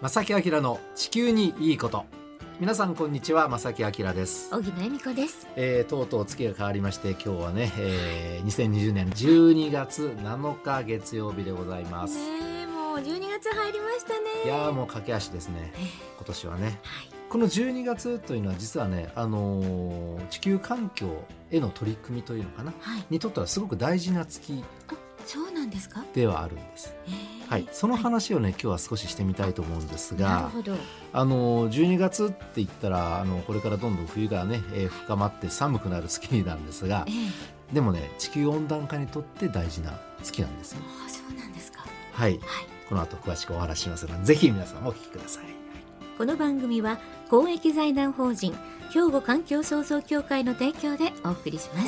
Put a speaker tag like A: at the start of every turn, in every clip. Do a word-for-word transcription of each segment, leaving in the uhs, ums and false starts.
A: 正木明の地球にいいこと。皆さんこんにちは、正木明です。
B: 小木野恵美子です。
A: えー、とうとう月が変わりまして、今日はね、えー、にせんにじゅうねんじゅうにがつなのか月曜日でございます。
B: ねえ、もうじゅうにがつ入りましたね。
A: いやーもう駆け足ですね、えー、今年はね、
B: はい、
A: このじゅうにがつというのは実はね、あのー、地球環境への取り組みというのかな、はい、にとってはすごく大事な月
B: そうなんですか
A: ではあるんです、えーはい、その話をね、はい、今日は少ししてみたいと思うんですが、
B: なるほど。
A: あのじゅうにがつって言ったらあのこれからどんどん冬がね、えー、深まって寒くなる月なんですが、えー、でもね、地球温暖化にとって大事な月なんですよ。
B: あ、そうなんですか。
A: はい、はい、この後詳しくお話ししますので、ぜひ皆さんお聞きください。
B: この番組は公益財団法人兵庫環境創造協会の提供でお送りします。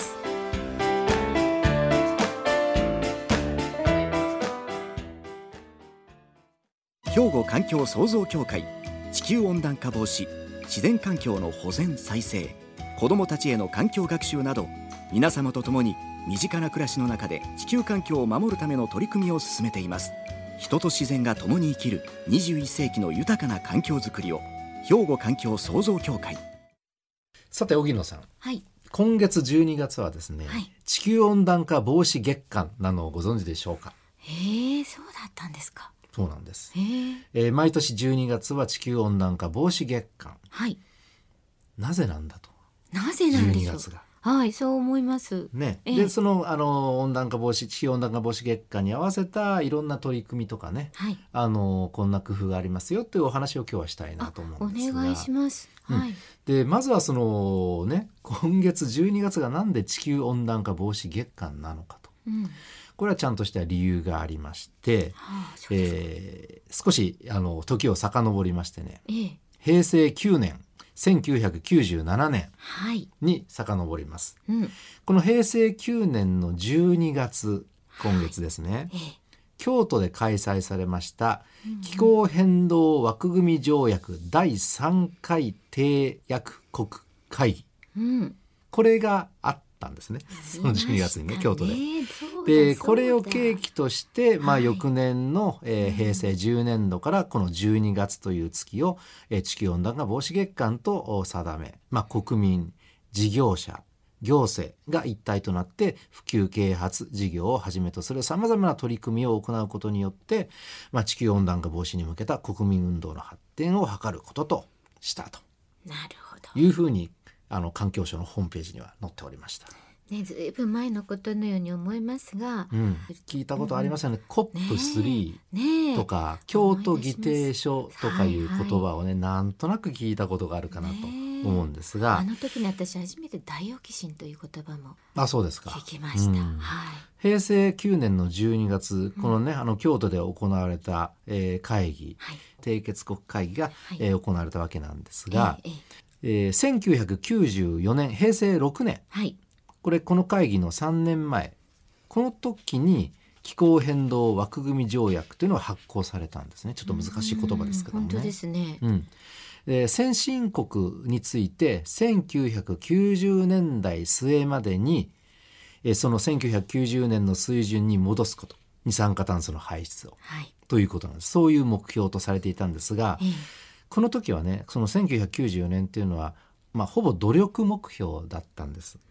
C: 兵庫環境創造協会、地球温暖化防止、自然環境の保全再生、子どもたちへの環境学習など、皆様と共に身近な暮らしの中で地球環境を守るための取り組みを進めています。人と自然が共に生きるにじゅういっせいきの豊かな環境づくりを、兵庫環境創造協会。
A: さて荻野さん、
B: はい、
A: 今月じゅうにがつはですね、はい、地球温暖化防止月間なのをご存知でしょうか。
B: へえ、そうだったんですか。
A: そうなんです、えー、毎年じゅうにがつは地球温暖化防止月間、はい、なぜなんだと。
B: なぜなんでしょう。
A: じゅうにがつが、
B: はい、そう思います
A: ね。えー、でその、あの温暖化防止地球温暖化防止月間に合わせたいろんな取り組みとかね、はい、あのこんな工夫がありますよというお話を今日はしたいなと思うんですが、
B: お願いします、はい。
A: うん、でまずはそのね、今月じゅうにがつがなんで地球温暖化防止月間なのかと、うん、これはちゃんとした理由がありまして、はあ、えー、少しあの時を遡りましてね、ええ、へいせいきゅうねんせんきゅうひゃくきゅうじゅうななねんに遡ります、はい、うん、このへいせいきゅうねんのじゅうにがつ、今月ですね、はい、ええ、京都で開催されました気候変動枠組条約だいさんかい締約国会議、うん、これがあったんですね。そのじゅうにがつにね、京都で。でこれを契機として、まあ、翌年の、えー、へいせいじゅうねんどからこのじゅうにがつという月を、えー、地球温暖化防止月間と定め、まあ、国民、事業者、行政が一体となって普及啓発事業をはじめとするさまざまな取り組みを行うことによって、まあ、地球温暖化防止に向けた国民運動の発展を図ることとしたというふうに、あの環境省のホームページには載っておりました。
B: ね、ずいぶん前のことのように思いますが、
A: うん、聞いたことありますよね、うん、コップスリー とか、ね、京都議定書とかいう言葉をね、はいはい、なんとなく聞いたことがあるかなと思うんですが、
B: あの時に私初めて大オキシンという言葉も聞きました。
A: あ、そうですか、うん、はい、へいせいきゅうねんのじゅうにがつ、このね、うん、あの京都で行われた、えー、会議、はい、締結国会議が、はい、えー、行われたわけなんですが、えーえー、せんきゅうひゃくきゅうじゅうよねん、へいせいろくねん、はい、これこの会議のさんねんまえ、この時に気候変動枠組条約というのが発行されたんですね。ちょっと難しい言葉ですけどもね。
B: 本当ですね、
A: うん、で先進国についてせんきゅうひゃくきゅうじゅうねんだいすえまでにえそのせんきゅうひゃくきゅうじゅうねんの水準に戻すこと、二酸化炭素の排出を、はい、ということなんです。そういう目標とされていたんですが、ええ、この時はね、そのせんきゅうひゃくきゅうじゅうよねんっていうのは、まあ、ほぼ努力目標だったんです、
B: うん、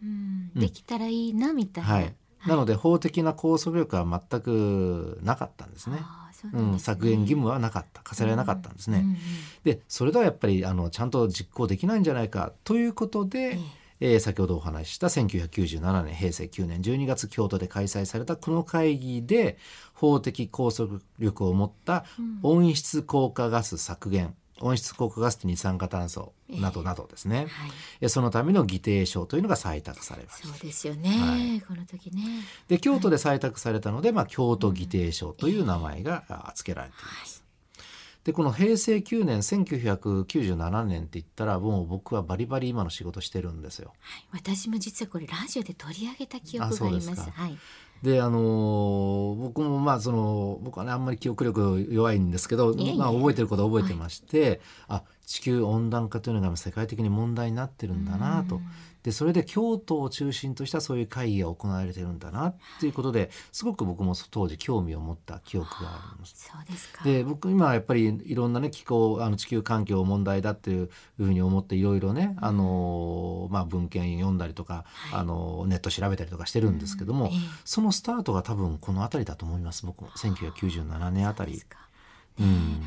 B: できたらいいなみたいな、
A: はいはい、なので法的な拘束力は全くなかったんですね。
B: そうなんですね。
A: うん、削減義務はなかった、課せられなかったんですね、うんうんうん、でそれではやっぱりあのちゃんと実行できないんじゃないかということで、えええー、先ほどお話ししたせんきゅうひゃくきゅうじゅうななねんへいせいきゅうねんじゅうにがつ京都で開催されたこの会議で、法的拘束力を持った温室効果ガス削減、うん、温室効果ガスと二酸化炭素などなどですね、えーはい、そのための議定書というのが採択されました。
B: そうですよね、はい、この時ね。
A: で京都で採択されたので、まあ、京都議定書という名前が付けられています、はい、でこのへいせいきゅうねんせんきゅうひゃくきゅうじゅうななねんって言ったら、もう僕はバリバリ今の仕事してるんですよ、
B: はい、私も実はこれラジオで取り上げた記憶があります。はい、
A: であのー、僕もまあその僕はねあんまり記憶力弱いんですけど、いやいや、まあ、覚えてることは覚えてまして、はい、あ地球温暖化というのが世界的に問題になってるんだなと。 でそれで京都を中心としたそういう会議が行われてるんだなっていうことですごく僕も当時興味を持った記憶があります。
B: そうですか。
A: で僕今やっぱりいろんなね気候あの地球環境問題だっていうふうに思っていろいろね、あのまあ、文献読んだりとか、はい、あのネット調べたりとかしてるんですけども、うんええ、そのスタートが多分この辺りだと思います。僕もせんきゅうひゃくきゅうじゅうななねんあたりうん、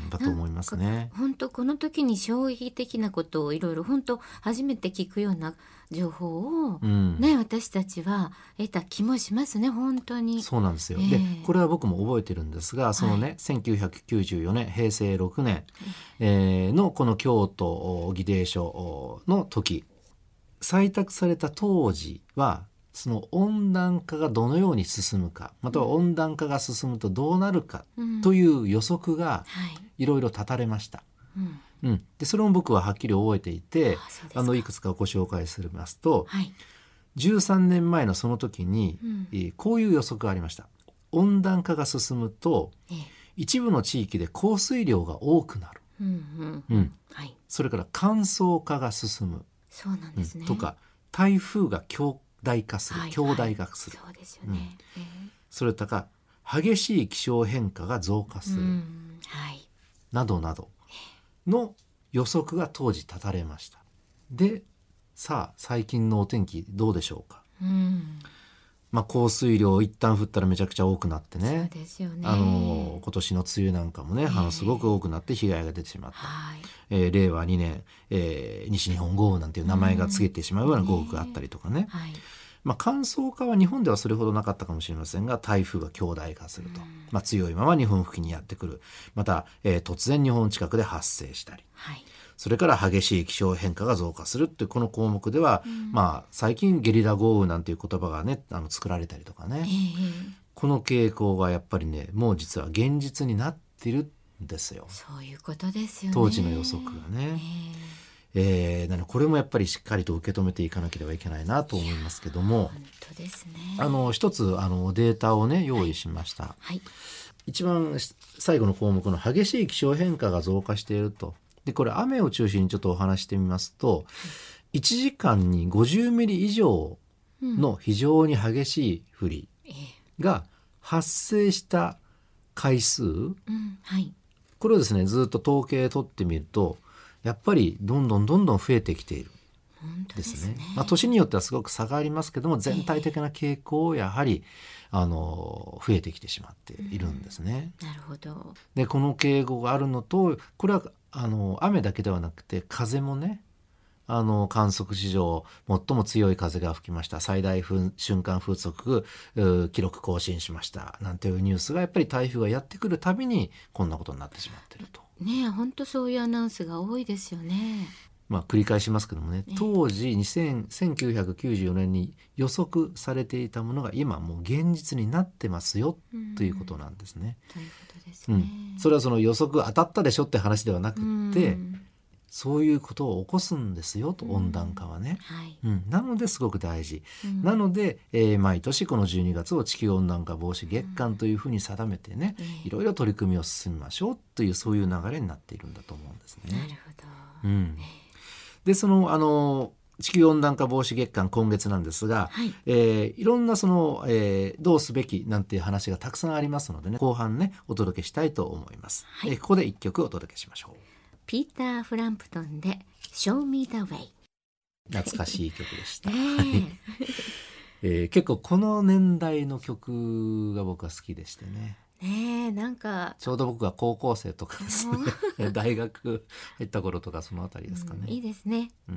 A: だと思いますね。
B: 本当この時に衝撃的なことをいろいろ本当初めて聞くような情報を、うんね、私たちは得た気もしますね。本当に
A: そうなんですよ、えー、でこれは僕も覚えてるんですがそのね、はい、せんきゅうひゃくきゅうじゅうよねんへいせいろくねん、えー、のこの京都議定書の時採択された当時はその温暖化がどのように進むかまたは温暖化が進むとどうなるかという予測がいろいろ立たれました、うんうん、でそれも僕ははっきり覚えていて あ, あのいくつかご紹介しますと、はい、じゅうさんねんまえのその時に、うんえー、こういう予測がありました。温暖化が進むと、ええ、一部の地域で降水量が多くなる、うんうんうんはい、それから乾燥化が進む
B: そうなんですね、
A: うん、とか台風が強大化する、はい、強大化する、
B: そうですよね、
A: うん、それとか激しい気象変化が増加する、うんはい、などなどの予測が当時立たれました。でさあ最近のお天気どうでしょうか、うんまあ、降水量一旦降ったらめちゃくちゃ多くなってね、
B: そうですよね
A: あの今年の梅雨なんかもね、えー、あのすごく多くなって被害が出てしまった、はいえー、れいわにねん、えー、西日本豪雨なんていう名前が告げてしまうような豪雨があったりとかね、えーはいまあ、乾燥化は日本ではそれほどなかったかもしれませんが台風が強大化すると、まあ、強いまま日本付近にやってくるまた、えー、突然日本近くで発生したり、はい、それから激しい気象変化が増加するっていうこの項目では、うんまあ、最近ゲリラ豪雨なんていう言葉がねあの作られたりとかね、えー、この傾向がやっぱりねもう実は現実になってるんですよ。
B: そういうことですよね。
A: 当時の予測がね、えーえー、なのでこれもやっぱりしっかりと受け止めていかなければいけないなと思いますけども、
B: 本当ですね、
A: あの一つあのデータをね用意しました、はいはい、一番最後の項目の激しい気象変化が増加していると。でこれ雨を中心にちょっとお話してみますと、はい、いちじかんにごじゅうミリ以上の非常に激しい降りが発生した回数、うんはい、これをですねずっと統計取ってみるとやっぱりどんどんどんどん増えてきているですね。まあ、年によってはすごく差がありますけども全体的な傾向をやはり、えー、あの増えてきてしまっているんですね、
B: うん、なるほど。
A: でこの傾向があるのとこれはあの雨だけではなくて風もねあの観測史上最も強い風が吹きました最大瞬間風速記録更新しましたなんていうニュースがやっぱり台風がやってくるたびにこんなことになってしまっていると
B: ねえ本当そういうアナウンスが多いですよね。
A: まあ繰り返しますけどもね、当時せんきゅうひゃくきゅうじゅうよねんに予測されていたものが今もう現実になってますよということなんですね。
B: ということですね、
A: うん、それはその予測当たったでしょって話ではなくってそういうことを起こすんですよと温暖化はね、はいうん、なのですごく大事、うん、なので、えー、毎年このじゅうにがつを地球温暖化防止月間というふうに定めてね、うん、いろいろ取り組みを進めましょうというそういう流れになっているんだと思うんですね。
B: なるほど、
A: うんでそのあの地球温暖化防止月間今月なんですが、はいえー、いろんなその、えー、どうすべきなんていう話がたくさんありますのでね後半ねお届けしたいと思います、はいえー、ここで一曲お届けしましょう。
B: ピーター・フランプトンで Show Me the Way
A: 懐かしい曲でした、えー、結構この年代の曲が僕は好きでしてね
B: ねえなんか
A: ちょうど僕が高校生とかですね大学入った頃とかそのあたりですかね、
B: うん、いいですね、
A: うん、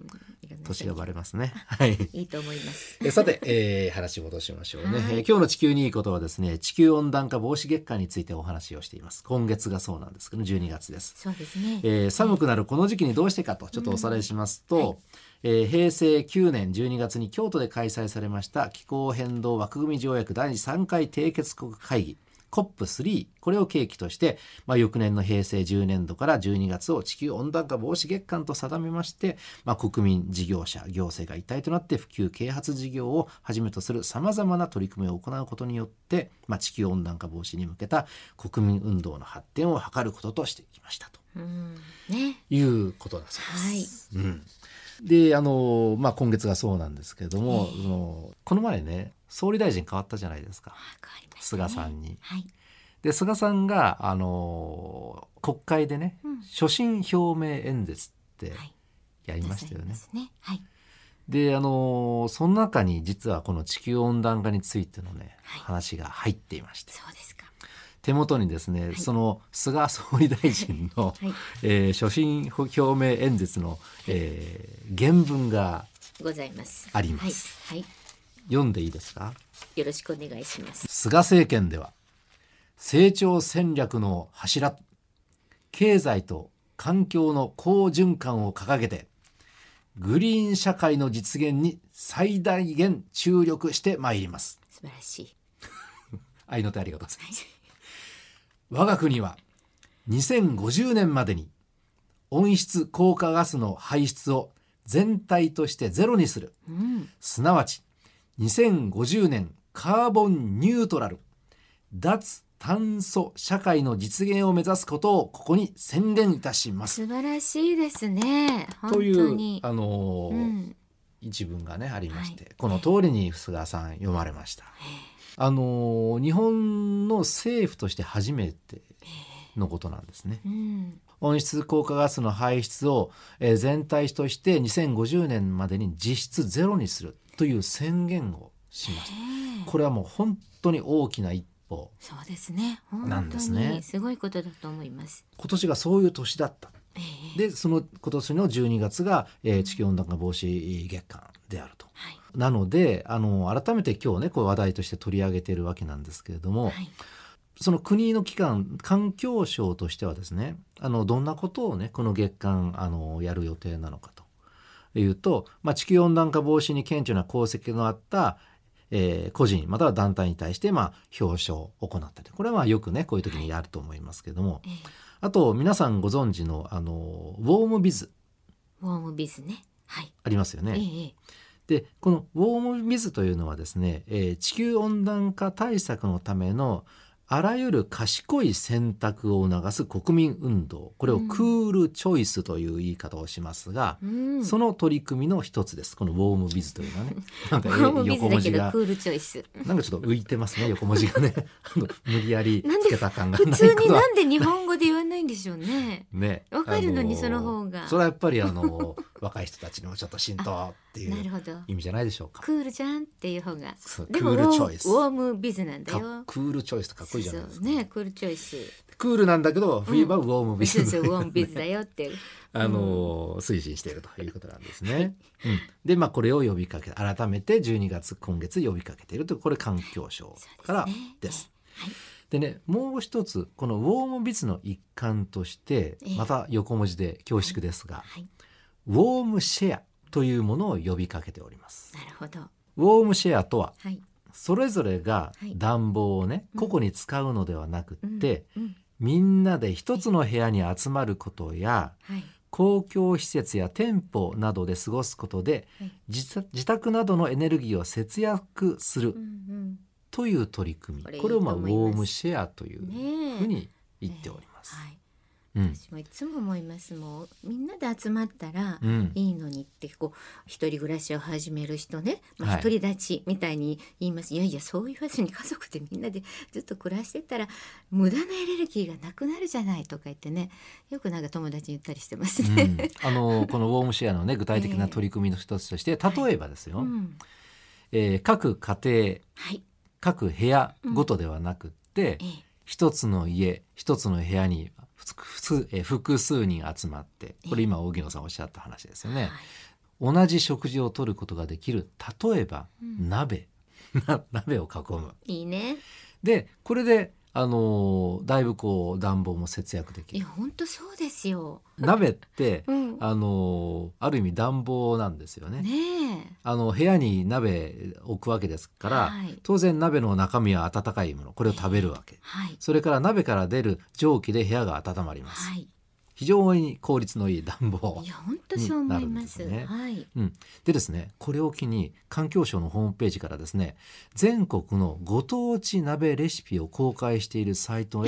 A: 年がバレますね
B: はいいいと思います
A: えさて、えー、話戻しましょうね、えー、今日の地球にいいことはですね地球温暖化防止月間についてお話をしています。今月がそうなんですけどじゅうにがつです。
B: そうですね、
A: えー、寒くなるこの時期にどうしてかとちょっとおさらいしますと、うんはいえー、へいせいきゅうねんじゅうにがつに京都で開催されました気候変動枠組条約だいさんかい締結国会議コップスリー これを契機として、まあ、翌年のへいせいじゅうねんどからじゅうにがつを地球温暖化防止月間と定めまして、まあ、国民事業者行政が一体となって普及啓発事業をはじめとするさまざまな取り組みを行うことによって、まあ、地球温暖化防止に向けた国民運動の発展を図ることとしてきましたと、うんね、いうことだそうです、はいうんであの、まあ、今月がそうなんですけれども、
B: えー、
A: そのこの前ね総理大臣変わったじゃないですか、
B: 変わりましたね、
A: 菅さんに。
B: はい、
A: で菅さんがあの国会でね、うん、所信表明演説ってやりましたよね。
B: はい、
A: であのその中に実はこの地球温暖化についてのね、はい、話が入っていまして、
B: そうですか。
A: 手元にですね、はい、その菅総理大臣の、はいえー、所信表明演説の、えー、原文が
B: ございます
A: あります、
B: はいはい、
A: 読んでいいですか。
B: よろしくお願いします。
A: 菅政権では成長戦略の柱、経済と環境の好循環を掲げてグリーン社会の実現に最大限注力してまいります。
B: 素晴らしい。
A: 愛の手ありがとうございます。我が国はにせんごじゅうねんまでに温室効果ガスの排出を全体としてゼロにする、うん、すなわちにせんごじゅうねんカーボンニュートラル脱炭素社会の実現を目指すことをここに宣言いたします。
B: 素晴らしいですね。本当
A: という
B: に
A: あのーうん、一文がねありまして、はい、この通りに菅さん読まれました。あのー、日本の政府として初めてのことなんですね、うん、温室効果ガスの排出を、えー、全体としてにせんごじゅうねんまでに実質ゼロにするという宣言をしました。これはもう本当に大きな一歩
B: そうですね。なんですね。すごいことだと思います。
A: 今年がそういう年だった、えー、でその今年のじゅうにがつが、えー、地球温暖化防止月間であると、はい、なのであの改めて今日ねこう話題として取り上げているわけなんですけれども、はい、その国の機関環境省としてはですねあのどんなことをねこの月間あのやる予定なのかというと、まあ、地球温暖化防止に顕著な功績のあったえー、個人または団体に対して、まあ、表彰を行ったり、これはまあよくねこういう時にやると思いますけども、はい、あと皆さんご存知のあのウォームビズ
B: ウォームビズね、はい、
A: ありますよね、ええ、でこのウォームビズというのはですね、えー、地球温暖化対策のためのあらゆる賢い選択を促す国民運動、これをクールチョイスという言い方をしますが、うん、その取り組みの一つです。このウォームビズというのはねなんか横文字が
B: クールチョイス
A: なんかちょっと浮いてますね横文字がね無理やりつけた感がない。
B: 普通になんで日本語で言わないんでしょうね。
A: ね、
B: わかるのにその方が
A: それはやっぱりあの若い人たちにもちょっと浸透っていう意味じゃないでしょうか。
B: クールじゃんっていう方が
A: でもクールチョイス
B: ウォームビズなんだよ。
A: クールチョイスってかっこいいじゃないですか。
B: そうね、クールチョイス
A: クールなんだけど冬はウォームビズ、
B: うん、そうそうウォームビズだよって
A: あの、うん、推進しているということなんですね、うん、でまあこれを呼びかけ改めてじゅうにがつ今月呼びかけているというこれ環境省からです。でね、もう一つこのウォームビズの一環としてまた横文字で恐縮ですが、はいはい、ウォームシェアというものを呼びかけております。
B: なるほど。
A: ウォームシェアとは、はい、それぞれが暖房をね、はい、個々に使うのではなくって、うんうん、みんなで一つの部屋に集まることや、はい、公共施設や店舗などで過ごすことで、はい、自, 自宅などのエネルギーを節約するという取り組み、うんうん、これをまあウォームシェアというふうに言っております、ねねはい
B: うん、私もいつも思います。もうみんなで集まったらいいのにって、こう一人暮らしを始める人ね、まあ、独り立ちみたいに言います、はい、いやいやそう言わずに家族でみんなでずっと暮らしてたら無駄なエネルギーがなくなるじゃないとか言ってね、よくなんか友達に言ったりしてますね、
A: うん、あのこのウォームシェアのね具体的な取り組みの一つとして、えー、例えばですよ、はいうんえー、各家庭、はい、各部屋ごとではなくって、うんえー、一つの家一つの部屋に複数人集まって、これ今荻野さんおっしゃった話ですよね、はい、同じ食事をとることができる、例えば、うん、鍋鍋を囲む、
B: いいね。
A: でこれであのだいぶこう暖房も節約できる。
B: いや本当そうですよ。
A: 鍋って、うん、あのある意味暖房なんですよね。
B: ねえ、
A: あの部屋に鍋置くわけですから、はい、当然鍋の中身は温かいもの、これを食べるわけ、はい、それから鍋から出る蒸気で部屋が温まります、はい、非常に効率のいい暖房になるんですね。はい、うん、でですね、これを機に環境省のホームページからですね、全国のご当地鍋レシピを公開しているサイトへの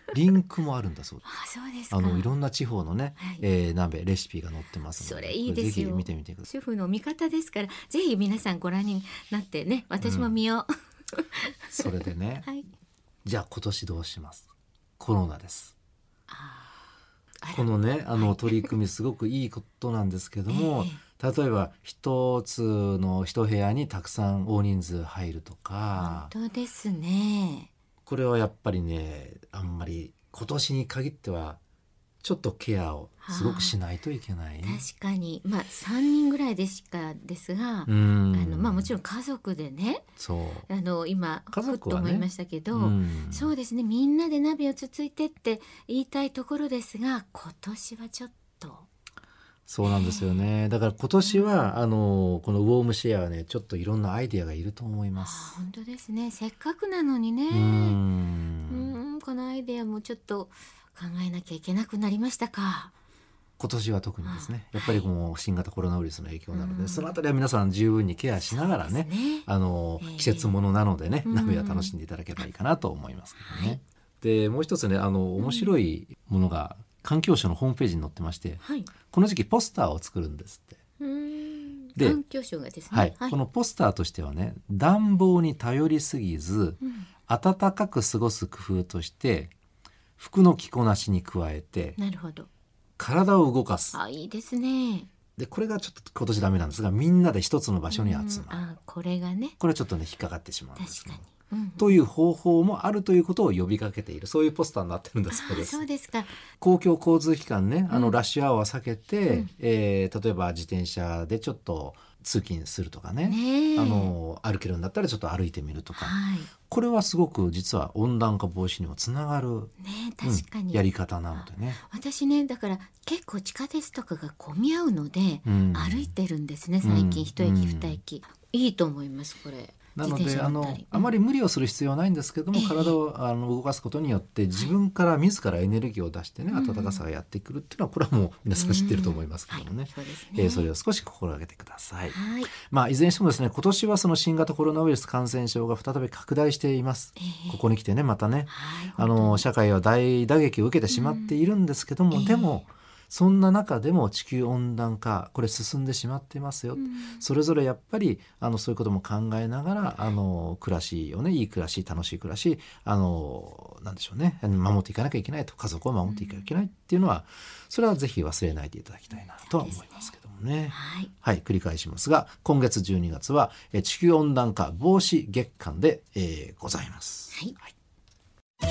A: リンクもあるんだそうです。
B: あ、そうですか。
A: あのいろんな地方のね、
B: はい、
A: えー、鍋レシピが載ってますので、
B: それいいですよ。
A: ぜひ見てみてください。
B: 主婦の味方ですから、ぜひ皆さんご覧になってね、私も見よう、
A: うん、それでね、はい、じゃあ今年どうします。コロナです。ああこのねあの取り組みすごくいいことなんですけども、えー、例えば一つの一部屋にたくさん大人数入るとか。
B: 本当ですね。
A: これはやっぱりねあんまり今年に限ってはちょっとケアをすごくしないといけない、
B: はあ、確かに、まあ、さんにんぐらいでしかですが、うんあのまあ、もちろん家族でね、
A: そう
B: あの今
A: 家族はね、
B: ふっと思いましたけど、うそうですね、みんなで鍋をつついてって言いたいところですが、今年はちょっと
A: そうなんですよね。だから今年はあのこのウォームシェアはねちょっといろんなアイデアがいると思います。
B: あ、本当ですね。せっかくなのにね、うんうんこのアイデアもちょっと考えなきゃいけなくなりましたか。
A: 今年は特にですね、やっぱりもう新型コロナウイルスの影響なので、そのあたりは皆さん十分にケアしながら ね, ねあの、えー、季節ものなのでね、鍋は楽しんでいただければいいかなと思いますけどね、はい、でもう一つねあの面白いものが環境省のホームページに載ってまして、はい、この時期ポスターを作るんですって。
B: うーんで環境省がですね、
A: はいはい、このポスターとしてはね、暖房に頼りすぎず、うん、暖かく過ごす工夫として服の着こなしに加えて、
B: なるほど、
A: 体を動かす。
B: あ、いいですね。
A: でこれがちょっと今年ダメなんですが、みんなで一つの場所に集まる。
B: あ、これがね、
A: これちょっとね引っかかってしまうんです。
B: 確かに、うんうん、
A: という方法もあるということを呼びかけている、そういうポスターになってるんだそうです。
B: そうですか。
A: 公共交通機関ね、あのラッシュアワーは避けて、うんえー、例えば自転車でちょっと通勤するとか ね, ねあの歩けるんだったらちょっと歩いてみるとか、はい、これはすごく実は温暖化防止にもつながる、
B: ね、確かに、
A: うん、やり方なのでね。
B: 私ねだから結構地下鉄とかが混み合うので、うん、歩いてるんですね最近、一駅二駅、うん、いいと思いますこれ。
A: なのであのあまり無理をする必要はないんですけども、うん、体をあの動かすことによって自分から自らエネルギーを出してね、はい、暖かさがやってくるっていうのはこれはもう皆さん知ってると思いますけどもね、うんはい、そうですね、えー、それを少し心がけてください。はい、まあ、いずれにしてもですね今年はその新型コロナウイルス感染症が再び拡大しています、えー、ここに来てねまたね、はい、あの社会は大打撃を受けてしまっているんですけども、うん、でも、えーそんな中でも地球温暖化これ進んでしまってますよ、うん、それぞれやっぱりあのそういうことも考えながらあの暮らしをねいい暮らし楽しい暮らしあのなんでしょうね守っていかなきゃいけないと、家族を守っていかなきゃいけないっていうのはそれはぜひ忘れないでいただきたいなとは思いますけどもね、はい、はい、繰り返しますが今月じゅうにがつは地球温暖化防止月間で、えー、ございます、はいはい、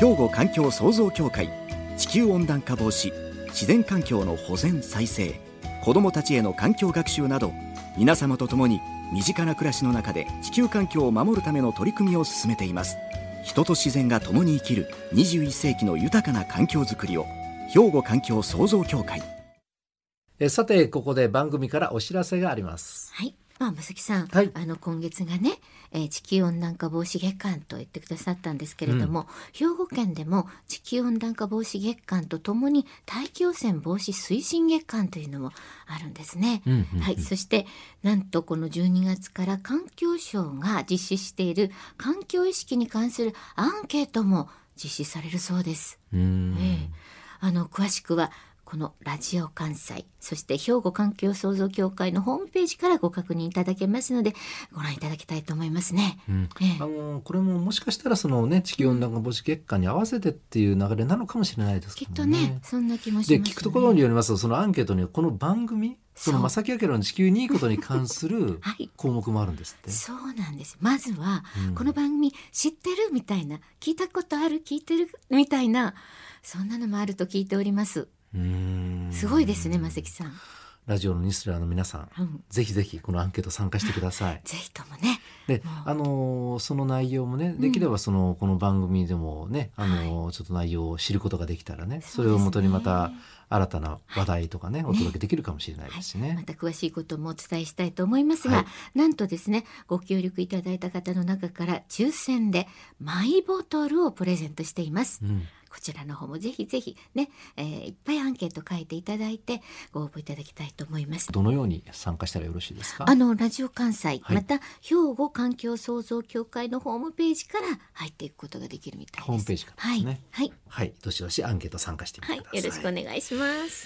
C: 兵庫環境創造協会地球温暖化防止自然環境の保全再生、子どもたちへの環境学習など皆様と共に身近な暮らしの中で地球環境を守るための取り組みを進めています。人と自然が共に生きるにじゅういっせいきの豊かな環境づくりを兵庫環境創造協会。
A: えさてここで番組からお知らせがあります。
B: はい、まあ、正木さん、はい、あの今月がね、えー、地球温暖化防止月間と言ってくださったんですけれども、うん、兵庫県でも地球温暖化防止月間とともに大気汚染防止推進月間というのもあるんですね、うんうんうん、はい、そしてなんとこのじゅうにがつから環境省が実施している環境意識に関するアンケートも実施されるそうです。
A: うーん、
B: えー、あの詳しくはこのラジオ関西そして兵庫環境創造協会のホームページからご確認いただけますのでご覧いただきたいと思いますね、
A: うんええ、あのこれももしかしたらその、ね、地球温暖化防止月間に合わせてっていう流れなのかもしれないですけどね。
B: きっとねそんな気もしますね。
A: で聞くところによりますとそのアンケートにはこの番組その正木明の地球にいいことに関する項目もあるんですって、
B: はい、そうなんです。まずは、うん、この番組知ってるみたいな聞いたことある聞いてるみたいなそんなのもあると聞いております。
A: うーん
B: すごいですね正木さん。
A: ラジオのリスナーの皆さん、うん、ぜひぜひこのアンケート参加してください。
B: ぜひともね。
A: で、あのー、その内容もねできればその、うん、この番組でもね、あのーはい、ちょっと内容を知ることができたらね、それをもとにまた新たな話題とかね、はい、お届けできるかもしれないですしね、はい、
B: また詳しいこともお伝えしたいと思いますが、はい、なんとですねご協力いただいた方の中から抽選でマイボトルをプレゼントしています、うん、 こちらの方もぜひぜひね、えー、いっぱいアンケート書いていただいてご応募いただきたいと思います。
A: どのように参加したらよろしいですか？
B: あのラジオ関西、
A: はい、
B: また兵庫環境創造協会のホームページから入っていくことができるみたいです。
A: ホームページからですね。
B: はい、はい
A: はい、どしどしアンケート参加してみてください。
B: はい、よろしくお願いします。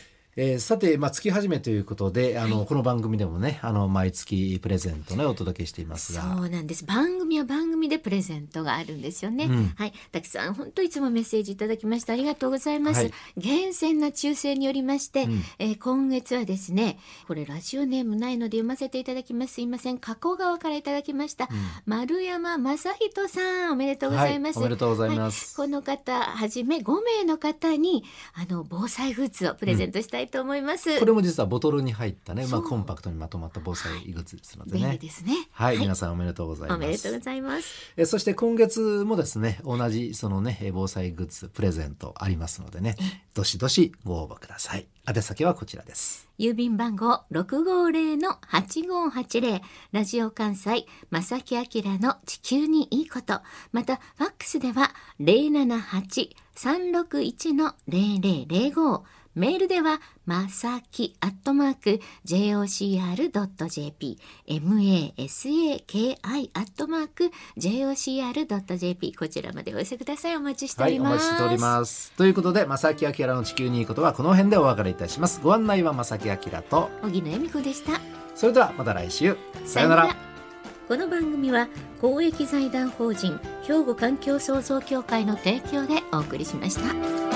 A: えー、さて、まあ、月始めということであの、はい、この番組でもねあの毎月プレゼントねお届けしていますが、
B: そうなんです。番組は番組でプレゼントがあるんですよね、うん、はい、たくさん本当いつもメッセージいただきましてありがとうございます、はい、厳選な抽選によりまして、うん、えー、今月はですねこれラジオネームないので読ませていただきます。すいません、加古川からいただきました、うん、丸山正人さんおめでとうございます、
A: はい、おめでとうございます、
B: はい、この方はじめごめいの方にあの防災グッズをプレゼントしたいと思います、うん、
A: これも実はボトルに入ったね、まあ、コンパクトにまとまった防災グッズですのでね、
B: 便利ですね、
A: はい、
B: はい、
A: 皆さんおめでとうございます。
B: おめでとうございます。
A: えそして今月もですね同じそのね防災グッズプレゼントありますのでねどしどしご応募ください。宛先はこちらです。
B: 郵便番号 ろくごぜろのはちごはちぜろ ラジオ関西正木明の地球にいいこと、またファックスでは ゼロななはち さんろくいち ゼロゼロゼロご、メールではまさきアットマーク ジェイオーシーアールドットジェーピー マサキアットマーク ジェイオーシーアールドットジェーピー こちらまでお寄せください。お待ちしております。
A: はい、お待ちしております。ということで正木明の地球にいいことはこの辺でお別れいたします。ご案内は正木明と
B: 荻野恵美子でした。
A: それではまた来週、さよなら。
B: この番組は公益財団法人兵庫環境創造協会の提供でお送りしました。